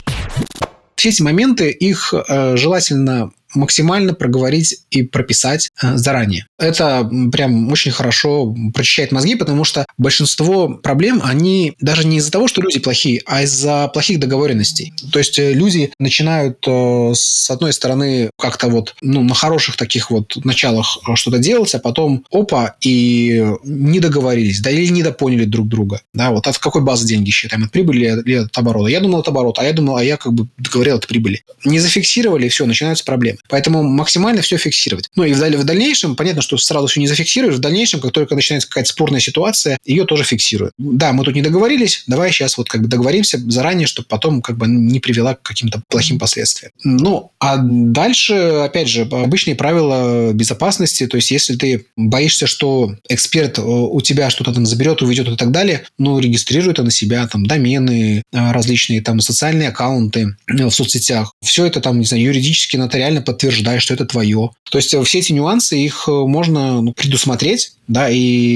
Все эти моменты, их желательно максимально проговорить и прописать заранее. Это прям очень хорошо прочищает мозги, потому что большинство проблем, они даже не из-за того, что люди плохие, а из-за плохих договоренностей. То есть люди начинают с одной стороны как-то вот на хороших таких вот началах что-то делать, а потом опа, и не договорились, да, или недопоняли друг друга. Да, вот от какой базы деньги считаем? От прибыли или от оборота? Я думал от оборота, а я как бы говорил от прибыли. Не зафиксировали, все, начинаются проблемы. Поэтому максимально все фиксировать. Ну и в дальнейшем, понятно, что сразу все не зафиксируешь, в дальнейшем, как только начинается какая-то спорная ситуация, ее тоже фиксируют. Да, мы тут не договорились, давай сейчас вот как бы договоримся заранее, чтобы потом как бы не привела к каким-то плохим последствиям. Ну, а дальше, опять же, обычные правила безопасности, то есть если ты боишься, что эксперт у тебя что-то там заберет, уведет и так далее, ну, регистрируй это на себя, там, домены, различные там социальные аккаунты в соцсетях. Все это там, не знаю, юридически, нотариально подтверждай, что это твое. То есть все эти нюансы, их можно предусмотреть, да,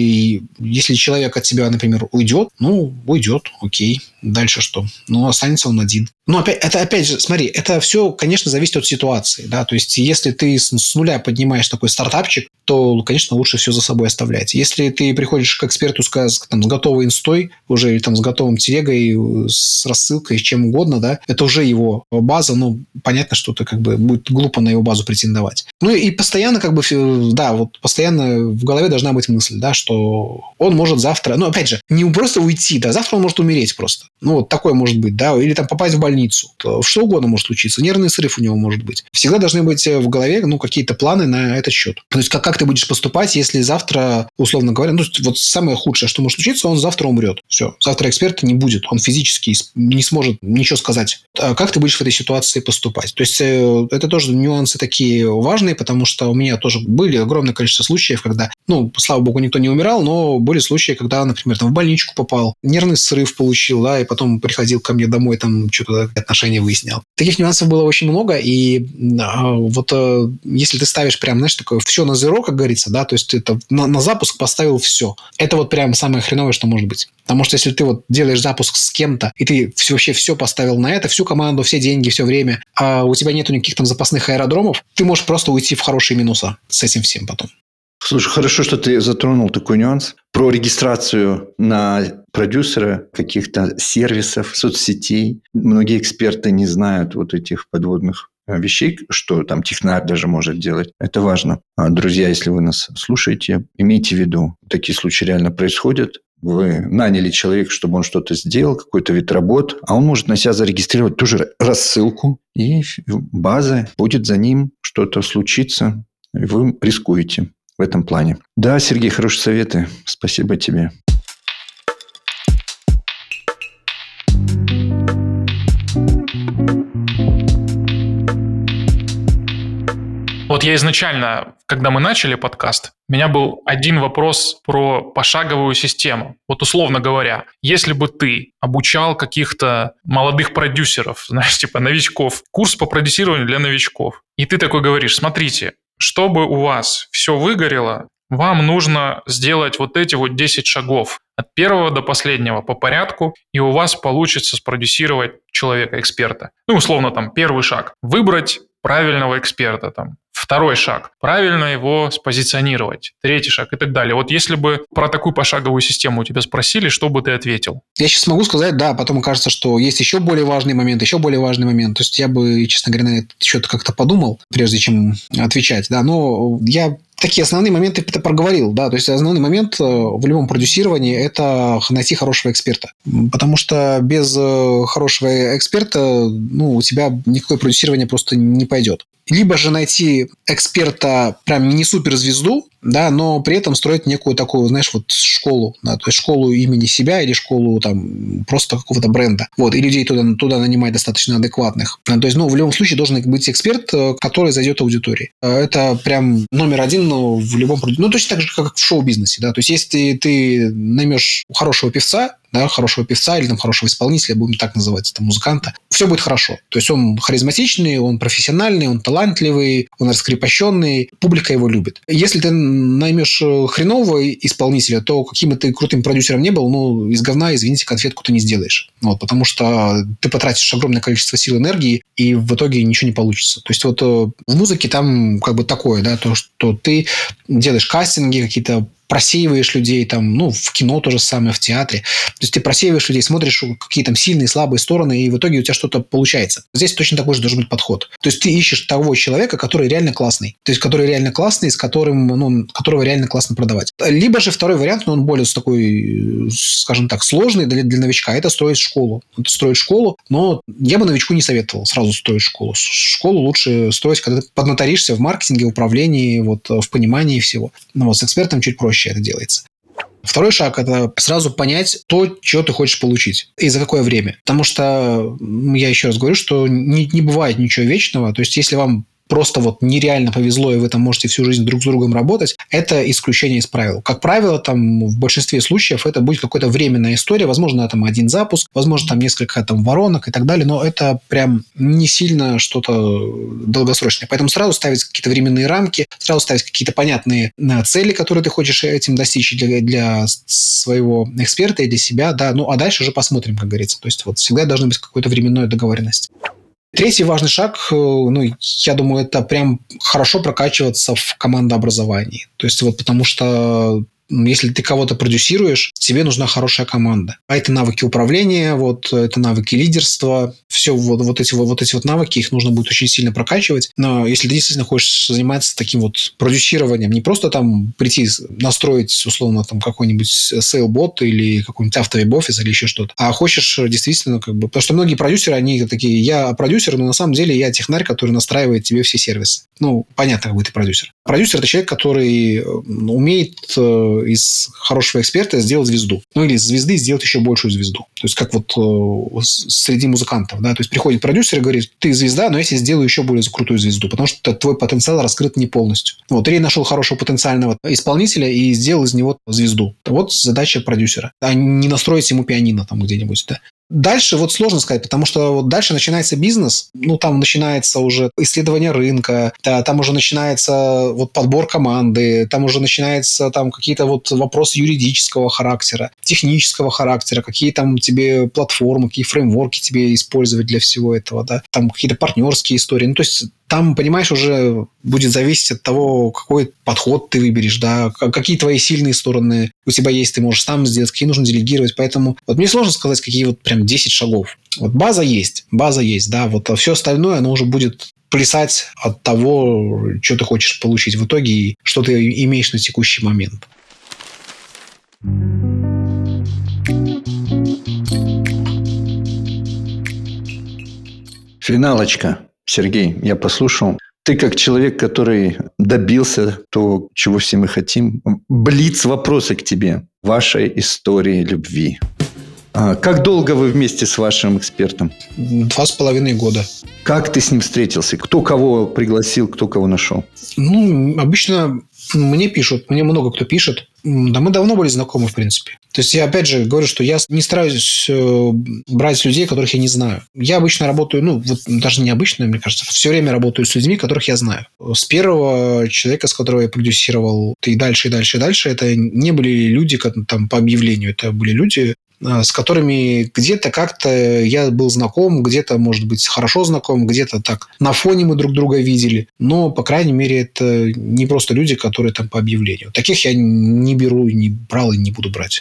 и если человек от тебя, например, уйдет, ну, уйдет, окей, дальше что? Ну, останется он один. Ну, опять же, смотри, это все, конечно, зависит от ситуации, да, то есть если ты с нуля поднимаешь такой стартапчик, то, конечно, лучше все за собой оставлять. Если ты приходишь к эксперту с готовой инстой, уже или там с готовым телегой, с рассылкой, с чем угодно, да, это уже его база, ну, понятно, что это как бы будет глупо на его базу претендовать. Ну, и постоянно как бы, да, вот постоянно в голове должна быть мысль, да, что он может завтра, ну, опять же, не просто уйти, да, завтра он может умереть просто. Ну, вот такое может быть, да, или там попасть в больницу. Что угодно может случиться. Нервный срыв у него может быть. Всегда должны быть в голове, ну, какие-то планы на этот счет. То есть, как ты будешь поступать, если завтра, условно говоря, ну, вот самое худшее, что может случиться, он завтра умрет. Все. Завтра эксперта не будет. Он физически не сможет ничего сказать. А как ты будешь в этой ситуации поступать? То есть, это тоже нюансы такие важные, потому что у меня тоже были огромное количество случаев, когда, ну, слава богу, никто не умирал, но были случаи, когда, например, там в больничку попал, нервный срыв получил, да, и потом приходил ко мне домой, там что-то отношения выяснял. Таких нюансов было очень много, и вот если ты ставишь прям, знаешь, такое все на зеро, как говорится, да, то есть это на запуск поставил все. Это вот прям самое хреновое, что может быть. Потому что если ты вот делаешь запуск с кем-то, и ты вообще все поставил на это, всю команду, все деньги, все время, а у тебя нету никаких там запасных аэродромов, ты можешь просто уйти в хорошие минуса с этим всем потом. Слушай, хорошо, что ты затронул такой нюанс. Про регистрацию на продюсера каких-то сервисов, соцсетей. Многие эксперты не знают вот этих подводных вещей, что там технарь даже может делать. Это важно. Друзья, если вы нас слушаете, имейте в виду, такие случаи реально происходят. Вы наняли человека, чтобы он что-то сделал, какой-то вид работ, а он может на себя зарегистрировать тоже рассылку, и база будет за ним, что-то случится, и вы рискуете в этом плане. Да, Сергей, хорошие советы. Спасибо тебе. Вот я изначально, когда мы начали подкаст, у меня был один вопрос про пошаговую систему. Вот условно говоря, если бы ты обучал каких-то молодых продюсеров, знаешь, типа новичков, курс по продюсированию для новичков, и ты такой говоришь, смотрите, чтобы у вас все выгорело, вам нужно сделать вот эти вот 10 шагов от первого до последнего по порядку, и у вас получится спродюсировать человека-эксперта. Ну, условно, там, первый шаг – выбрать правильного эксперта. Там. Второй шаг. Правильно его спозиционировать. Третий шаг и так далее. Вот если бы про такую пошаговую систему у тебя спросили, что бы ты ответил? Я сейчас могу сказать, да, потом кажется, что есть еще более важный момент. То есть я бы, честно говоря, на этот счет как-то подумал, прежде чем отвечать. Да, но я такие основные моменты это проговорил, да, то есть основной момент в любом продюсировании – это найти хорошего эксперта, потому что без хорошего эксперта, у тебя никакое продюсирование просто не пойдет. Либо же найти эксперта прям не суперзвезду, да, но при этом строить некую такую, знаешь, вот школу, да, то есть школу имени себя или школу там просто какого-то бренда, вот, и людей туда нанимать достаточно адекватных. То есть, в любом случае должен быть эксперт, который зайдет аудитории. Это прям номер один в любом продюсировании. Точно так же, как в шоу-бизнесе, да, то есть если ты наймешь хорошего певца, да, хорошего певца или там хорошего исполнителя, будем так называть, там, музыканта, все будет хорошо. То есть он харизматичный, он профессиональный, он талантливый, он раскрепощенный, публика его любит. Если ты наймешь хренового исполнителя, то каким бы ты крутым продюсером не был, из говна, извините, конфетку ты не сделаешь. Потому что ты потратишь огромное количество сил и энергии, и в итоге ничего не получится. То есть вот в музыке там как бы такое, да, то, что ты делаешь кастинги какие-то, просеиваешь людей, там, в кино то же самое, в театре. То есть ты просеиваешь людей, смотришь, какие там сильные, слабые стороны, и в итоге у тебя что-то получается. Здесь точно такой же должен быть подход. То есть ты ищешь того человека, который реально классный. То есть который реально классный, с которым, которого реально классно продавать. Либо же второй вариант, но он более такой, скажем так, сложный для новичка, это строить школу. Но я бы новичку не советовал сразу строить школу. Школу лучше строить, когда ты поднаторишься в маркетинге, в управлении, в понимании всего. С экспертом чуть проще это делается. Второй шаг – это сразу понять то, что ты хочешь получить и за какое время. Потому что, я еще раз говорю, что не бывает ничего вечного. То есть, если вам просто нереально повезло, и вы там можете всю жизнь друг с другом работать, это исключение из правил. Как правило, там в большинстве случаев это будет какая-то временная история, возможно, там один запуск, возможно, там несколько воронок и так далее, но это прям не сильно что-то долгосрочное. Поэтому сразу ставить какие-то временные рамки, сразу ставить какие-то понятные цели, которые ты хочешь этим достичь для своего эксперта и для себя, да, а дальше уже посмотрим, как говорится. То есть всегда должна быть какая-то временная договоренность. Третий важный шаг, я думаю, это прям хорошо прокачиваться в командообразовании. То есть потому что если ты кого-то продюсируешь, тебе нужна хорошая команда. А это навыки управления, это навыки лидерства. Все эти навыки, их нужно будет очень сильно прокачивать. Но если ты действительно хочешь заниматься таким продюсированием, не просто там прийти, настроить, условно, там какой-нибудь сейл-бот или какой-нибудь автовеб-офис или еще что-то, а хочешь действительно потому что многие продюсеры, они такие, я продюсер, но на самом деле я технарь, который настраивает тебе все сервисы. Понятно, какой ты продюсер. Продюсер – это человек, который умеет из хорошего эксперта сделать звезду. Или из звезды сделать еще большую звезду. То есть, как среди музыкантов. Да? То есть, приходит продюсер и говорит, ты звезда, но я тебе сделаю еще более крутую звезду, потому что твой потенциал раскрыт не полностью. Ты нашел хорошего потенциального исполнителя и сделал из него звезду. Задача продюсера. А не настроить ему пианино там где-нибудь. Да? Дальше сложно сказать, потому что дальше начинается бизнес, там начинается уже исследование рынка, да, там уже начинается подбор команды, там уже начинается там какие-то вопросы юридического характера, технического характера, какие там тебе платформы, какие фреймворки тебе использовать для всего этого, да, там какие-то партнерские истории, то есть там, понимаешь, уже будет зависеть от того, какой подход ты выберешь, да, какие твои сильные стороны у тебя есть, ты можешь сам сделать, какие нужно делегировать. Поэтому мне сложно сказать, какие прям 10 шагов. База есть, да, а все остальное, оно уже будет плясать от того, что ты хочешь получить в итоге и что ты имеешь на текущий момент. Финалочка. Сергей, я послушал. Ты как человек, который добился того, чего все мы хотим. Блиц вопросы к тебе. Вашей истории любви. Как долго вы вместе с вашим экспертом? 2,5 года. Как ты с ним встретился? Кто кого пригласил, кто кого нашел? Обычно мне пишут, мне много кто пишет. Да мы давно были знакомы, в принципе. То есть я опять же говорю, что я не стараюсь брать людей, которых я не знаю. Я обычно работаю, даже не обычно, мне кажется, все время работаю с людьми, которых я знаю. С первого человека, с которого я продюсировал, и дальше, это не были люди, как там по объявлению, это были люди, с которыми где-то как-то я был знаком, где-то, может быть, хорошо знаком, где-то так на фоне мы друг друга видели. Но, по крайней мере, это не просто люди, которые там по объявлению. Таких я не беру, не брал и не буду брать.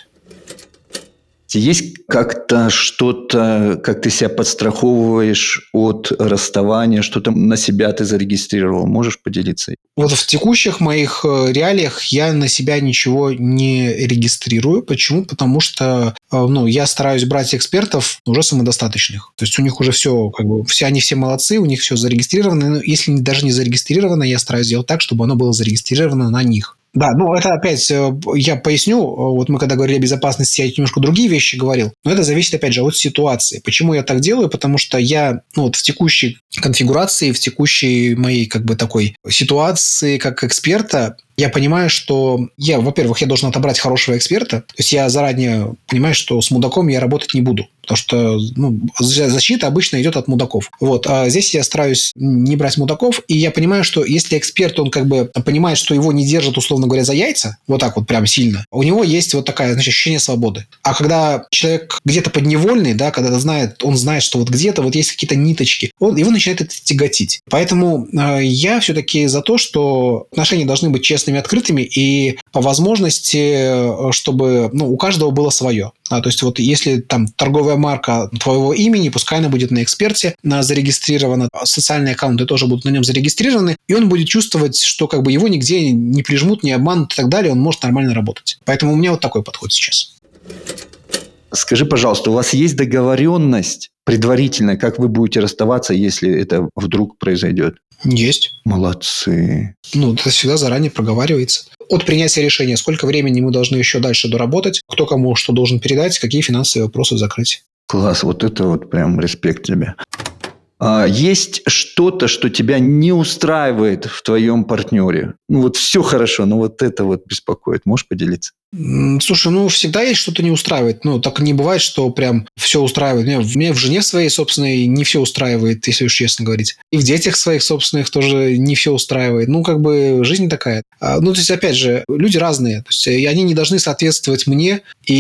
Есть как-то что-то, как ты себя подстраховываешь от расставания, что-то на себя ты зарегистрировал? Можешь поделиться? Вот в текущих моих реалиях я на себя ничего не регистрирую. Почему? Потому что я стараюсь брать экспертов уже самодостаточных. То есть у них уже все, они все молодцы, у них все зарегистрировано. Но если даже не зарегистрировано, я стараюсь сделать так, чтобы оно было зарегистрировано на них. Да, это опять, я поясню, вот мы когда говорили о безопасности, я немножко другие вещи говорил, но это зависит, опять же, от ситуации. Почему я так делаю? Потому что я в текущей конфигурации, в текущей моей такой ситуации как эксперта, я понимаю, что во-первых, я должен отобрать хорошего эксперта. То есть я заранее понимаю, что с мудаком я работать не буду. Потому что защита обычно идет от мудаков. А здесь я стараюсь не брать мудаков. И я понимаю, что если эксперт, он понимает, что его не держат, условно говоря, за яйца, вот так вот прям сильно, у него есть вот такое, ощущение свободы. А когда человек где-то подневольный, да, когда он знает, что вот где-то вот есть какие-то ниточки, его начинает это тяготить. Поэтому я все-таки за то, что отношения должны быть честными, открытыми, и по возможности, чтобы у каждого было свое. То есть вот если там торговая марка твоего имени, пускай она будет на эксперте зарегистрирована, социальные аккаунты тоже будут на нем зарегистрированы, и он будет чувствовать, что его нигде не прижмут, не обманут и так далее, он может нормально работать. Поэтому у меня вот такой подход сейчас. Скажи, пожалуйста, у вас есть договоренность предварительно, как вы будете расставаться, если это вдруг произойдет? Есть. Молодцы. Это всегда заранее проговаривается. От принятия решения, сколько времени мы должны еще дальше доработать, кто кому что должен передать, какие финансовые вопросы закрыть. Класс, вот это вот прям респект тебе. Есть что-то, что тебя не устраивает в твоем партнере? Все хорошо, но вот это вот беспокоит. Можешь поделиться? Слушай, всегда есть что-то не устраивает. Так не бывает, что прям все устраивает. Меня в жене своей собственной не все устраивает, если уж честно говорить. И в детях своих собственных тоже не все устраивает. Жизнь такая. То есть, опять же, люди разные. То есть, они не должны соответствовать мне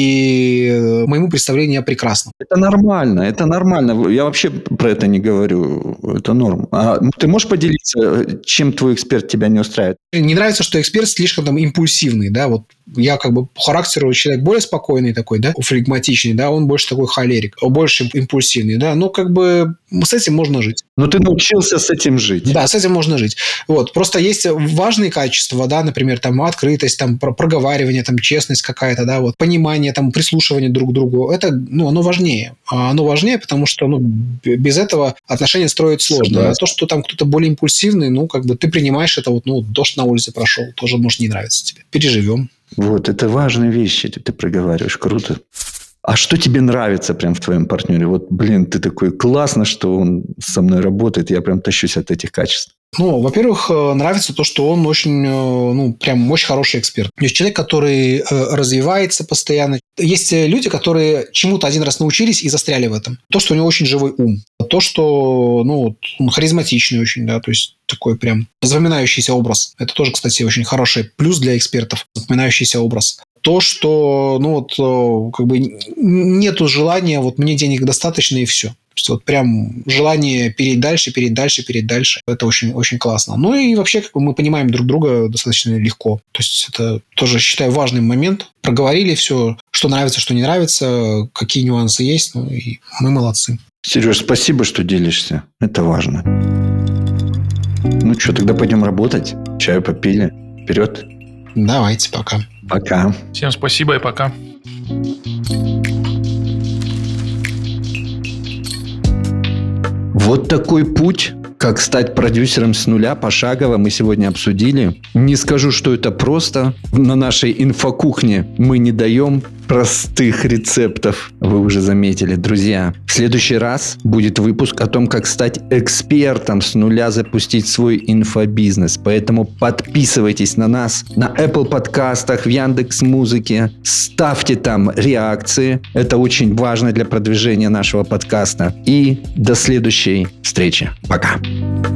и моему представлению о прекрасном. Это нормально, это нормально. Я вообще про это не говорю. Это норм. Ты можешь поделиться, чем твой эксперт тебя не устраивает? Не нравится, что эксперт слишком импульсивный, да, я по характеру человек более спокойный такой, да, флегматичный, да, он больше такой холерик, больше импульсивный, да, с этим можно жить. Но ты научился с этим жить. Да, с этим можно жить. Просто есть важные качества, да, например, открытость, проговаривание, честность какая-то, да, понимание, прислушивание друг к другу, это, оно важнее. Оно важнее, потому что, без этого отношения строить сложно. Согласен. А то, что кто-то более импульсивный, ты принимаешь это, дождь на улице прошел, тоже может не нравиться тебе. Переживем. Это важные вещи, ты проговариваешь, круто. А что тебе нравится прям в твоем партнере? Ты такой классно, что он со мной работает, я прям тащусь от этих качеств. Во-первых, нравится то, что он очень, прям очень хороший эксперт. Есть человек, который развивается постоянно. Есть люди, которые чему-то один раз научились и застряли в этом. То, что у него очень живой ум. То, что, он харизматичный очень, да, то есть такой прям запоминающийся образ. Это тоже, кстати, очень хороший плюс для экспертов. Запоминающийся образ. То, что, нету желания, мне денег достаточно и все. То есть прям желание перейти дальше. Это очень, очень классно. И вообще мы понимаем друг друга достаточно легко. То есть это тоже, считаю, важный момент. Проговорили все, что нравится, что не нравится, какие нюансы есть. И мы молодцы. Сереж, спасибо, что делишься. Это важно. Тогда пойдем работать. Чаю попили. Вперед. Давайте, пока. Пока. Всем спасибо и пока. Вот такой путь, как стать продюсером с нуля, пошагово, мы сегодня обсудили. Не скажу, что это просто. На нашей инфокухне мы не даем простых рецептов, вы уже заметили. Друзья, в следующий раз будет выпуск о том, как стать экспертом с нуля, запустить свой инфобизнес. Поэтому подписывайтесь на нас на Apple подкастах, в Яндекс.Музыке. Ставьте там реакции. Это очень важно для продвижения нашего подкаста. И до следующей встречи. Пока.